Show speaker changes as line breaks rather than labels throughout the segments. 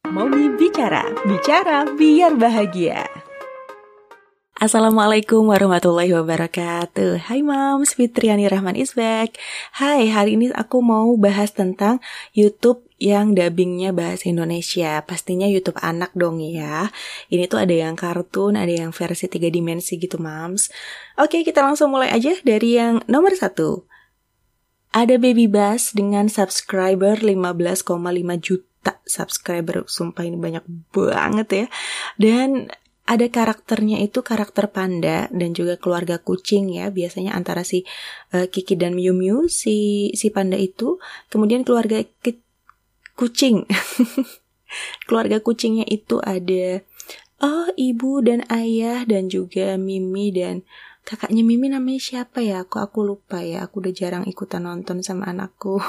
Momi Bicara, bicara biar bahagia. Assalamualaikum warahmatullahi wabarakatuh. Hai Moms, Fitriani Rahman is back. Hai, hari ini aku mau bahas tentang YouTube yang dubbingnya bahasa Indonesia. Pastinya YouTube anak dong ya. Ini tuh ada yang kartun, ada yang versi 3 dimensi gitu Moms. Oke, kita langsung mulai aja dari yang nomor 1. Ada Baby Bus dengan subscriber 15,5 juta subscriber. Sumpah ini banyak banget ya. Dan ada karakternya itu karakter panda dan juga keluarga kucing ya. Biasanya antara si Kiki dan Miu Miu si panda itu. Kemudian keluarga kucing. Keluarga kucingnya itu ada ibu dan ayah dan juga Mimi dan kakaknya Mimi namanya siapa ya? Aku lupa ya. Aku udah jarang ikutan nonton sama anakku.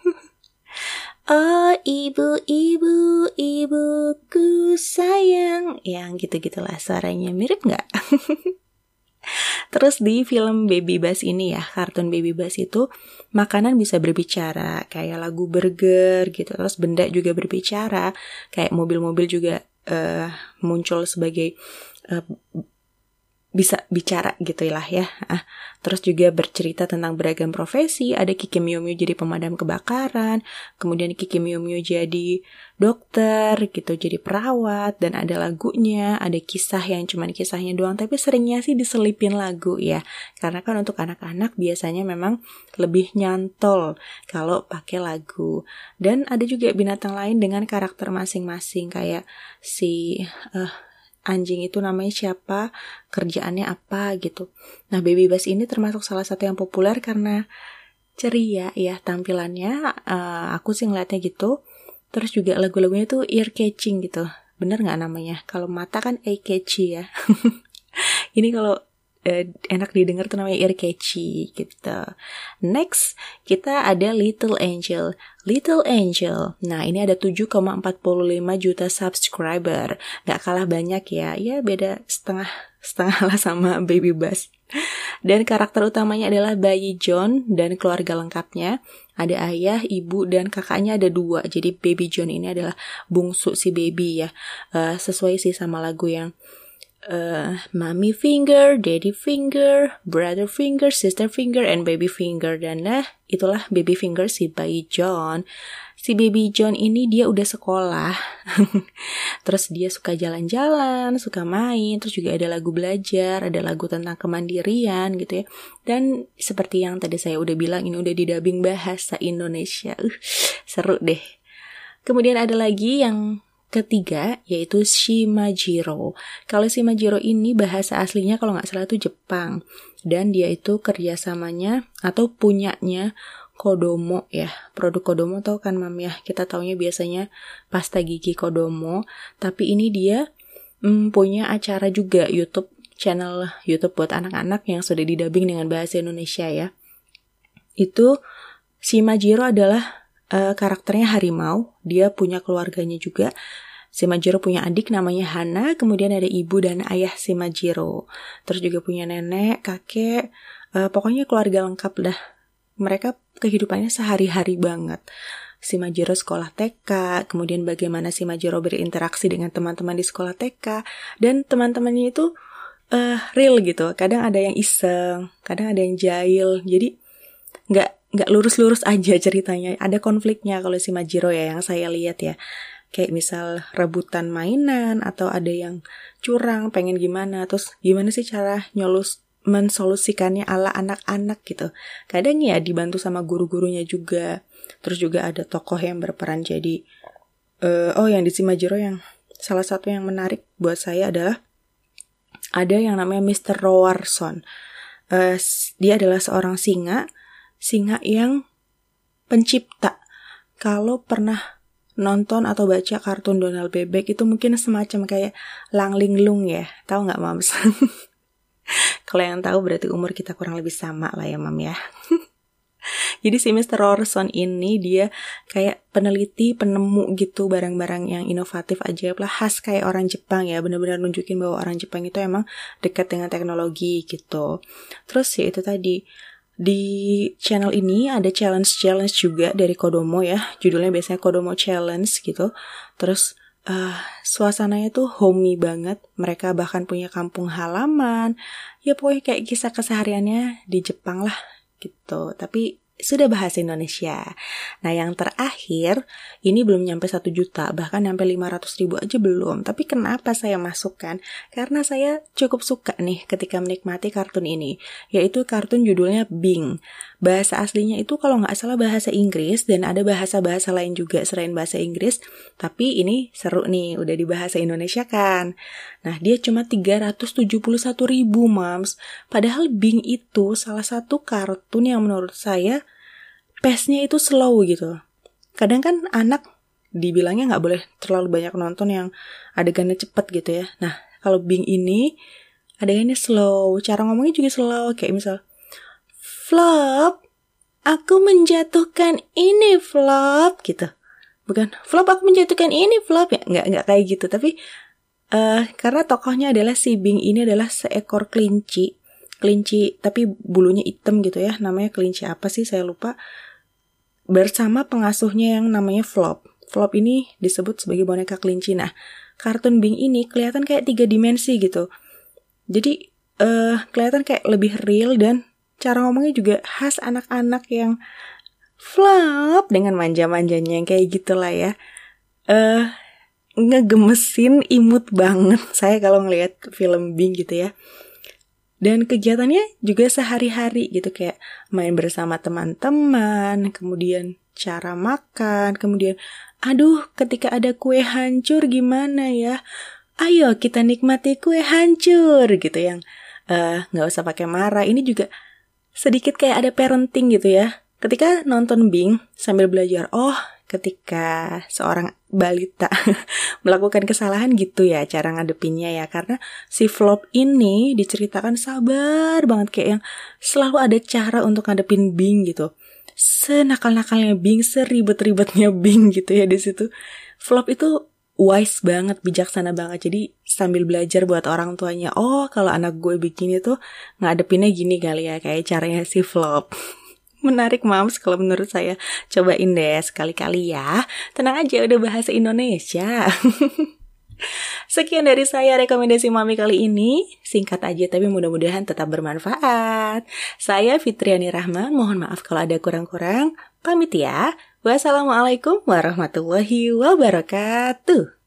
Oh ibu, ibuku sayang. Yang gitu-gitulah suaranya. Mirip gak? Terus di film Baby Bus ini ya, kartun Baby Bus itu makanan bisa berbicara, kayak lagu burger gitu. Terus benda juga berbicara, kayak mobil-mobil juga muncul sebagai bisa bicara gitu lah ya. Terus juga bercerita tentang beragam profesi. Ada Kiki Miu Miu jadi pemadam kebakaran, kemudian Kiki Miu Miu jadi dokter gitu, jadi perawat, dan ada lagunya, ada kisah yang cuman kisahnya doang, tapi seringnya sih diselipin lagu ya. Karena kan untuk anak-anak biasanya memang lebih nyantol kalau pakai lagu. Dan ada juga binatang lain dengan karakter masing-masing, kayak si anjing itu namanya siapa, kerjaannya apa gitu. Nah, Baby Bus ini termasuk salah satu yang populer karena ceria ya tampilannya. Aku sih ngeliatnya gitu. Terus juga lagu-lagunya tuh ear catching gitu. Bener gak namanya? Kalau mata kan eye catchy ya. Ini kalau enak didengar tuh namanya ear catchy gitu. Next, kita ada Little Angel. Little Angel. Nah, ini ada 7,45 juta subscriber. Gak kalah banyak ya. Ya beda setengah lah sama Baby Bus. Dan karakter utamanya adalah bayi John dan keluarga lengkapnya. Ada ayah, ibu, dan kakaknya ada 2. Jadi Baby John ini adalah bungsu si baby ya. Sesuai sih sama lagu yang Mommy finger, daddy finger, brother finger, sister finger, and baby finger. Dan itulah baby finger si bayi John. Si baby John ini dia udah sekolah. Terus dia suka jalan-jalan, suka main. Terus juga ada lagu belajar, ada lagu tentang kemandirian gitu ya. Dan seperti yang tadi saya udah bilang, ini udah didubbing bahasa Indonesia. Seru deh. Kemudian ada lagi yang ketiga, yaitu Shimajiro. Kalau Shimajiro ini bahasa aslinya kalau nggak salah itu Jepang. Dan dia itu kerjasamanya atau punyanya Kodomo ya. Produk Kodomo tau kan Mam ya? Kita taunya biasanya pasta gigi Kodomo. Tapi ini dia punya acara juga YouTube, channel YouTube buat anak-anak yang sudah didubbing dengan bahasa Indonesia ya. Itu Shimajiro adalah karakternya harimau. Dia punya keluarganya juga. Shimajiro punya adik namanya Hana. Kemudian ada ibu dan ayah Shimajiro. Terus juga punya nenek, kakek. Pokoknya keluarga lengkap dah. Mereka kehidupannya sehari-hari banget. Shimajiro sekolah TK. Kemudian bagaimana Shimajiro berinteraksi dengan teman-teman di sekolah TK. Dan teman-temannya itu real gitu. Kadang ada yang iseng, kadang ada yang jahil. Jadi nggak lurus-lurus aja ceritanya. Ada konfliknya kalau Shimajiro ya yang saya lihat ya. Kayak misal rebutan mainan atau ada yang curang, pengen gimana. Terus gimana sih cara mensolusikannya ala anak-anak gitu. Kadang ya dibantu sama guru-gurunya juga. Terus juga ada tokoh yang berperan jadi yang di Shimajiro yang salah satu yang menarik buat saya adalah ada yang namanya Mr. Rowarson. Dia adalah seorang singa yang pencipta. Kalau pernah nonton atau baca kartun Donald Bebek itu mungkin semacam kayak Lang Linglung ya. Tahu nggak Mams? Kalau yang tahu berarti umur kita kurang lebih sama lah ya Mam ya. Jadi si Mr. Rowarson ini dia kayak peneliti, penemu gitu barang-barang yang inovatif ajaib lah, khas kayak orang Jepang ya, benar-benar nunjukin bahwa orang Jepang itu emang dekat dengan teknologi gitu. Terus ya itu tadi, di channel ini ada challenge juga dari Kodomo ya, judulnya biasanya Kodomo Challenge gitu. Terus Suasananya tuh homey banget. Mereka bahkan punya kampung halaman. Ya pokoknya kayak kisah kesehariannya di Jepang lah gitu. Tapi sudah bahasa Indonesia. Nah yang terakhir, ini belum nyampe 1 juta, bahkan nyampe 500.000 aja belum. Tapi kenapa saya masukkan? Karena saya cukup suka nih ketika menikmati kartun ini. Yaitu kartun judulnya Bing. Bahasa aslinya itu kalau nggak salah bahasa Inggris, dan ada bahasa-bahasa lain juga selain bahasa Inggris. Tapi ini seru nih, udah di bahasa Indonesia kan. Nah dia cuma 371.000 mams. Padahal Bing itu salah satu kartun yang menurut saya pace-nya itu slow gitu. Kadang kan anak dibilangnya nggak boleh terlalu banyak nonton yang adegannya cepet gitu ya. Nah, kalau Bing ini adegannya slow, cara ngomongnya juga slow. Kayak misal, Flop, aku menjatuhkan ini Flop gitu. Bukan, Flop aku menjatuhkan ini Flop ya. Nggak kayak gitu. Tapi karena tokohnya adalah si Bing ini adalah seekor kelinci tapi bulunya hitam gitu ya. Namanya kelinci apa sih saya lupa. Bersama pengasuhnya yang namanya Flop. Flop ini disebut sebagai boneka kelinci. Nah, kartun Bing ini kelihatan kayak 3 dimensi gitu. Jadi kelihatan kayak lebih real, dan cara ngomongnya juga khas anak-anak yang Flop dengan manja-manjanya yang kayak gitulah ya. Ngegemesin, imut banget saya kalau ngelihat film Bing gitu ya. Dan kegiatannya juga sehari-hari gitu, kayak main bersama teman-teman, kemudian cara makan, kemudian aduh ketika ada kue hancur gimana ya, ayo kita nikmati kue hancur gitu, yang gak usah pakai marah. Ini juga sedikit kayak ada parenting gitu ya. Ketika nonton Bing sambil belajar, oh ketika seorang balita melakukan kesalahan gitu ya cara ngadepinnya ya. Karena si Flop ini diceritakan sabar banget, kayak yang selalu ada cara untuk ngadepin Bing gitu. Senakal-nakalnya Bing, seribet-ribetnya Bing gitu ya di situ. Flop itu wise banget, bijaksana banget. Jadi sambil belajar buat orang tuanya, oh kalau anak gue begini tuh ngadepinnya gini kali ya, kayak caranya si Flop. Menarik mams kalau menurut saya. Cobain deh sekali-kali ya. Tenang aja udah bahasa Indonesia. Sekian dari saya rekomendasi mami kali ini. Singkat aja tapi mudah-mudahan tetap bermanfaat. Saya Fitriani Rahman. Mohon maaf kalau ada kurang-kurang. Pamit ya. Wassalamualaikum warahmatullahi wabarakatuh.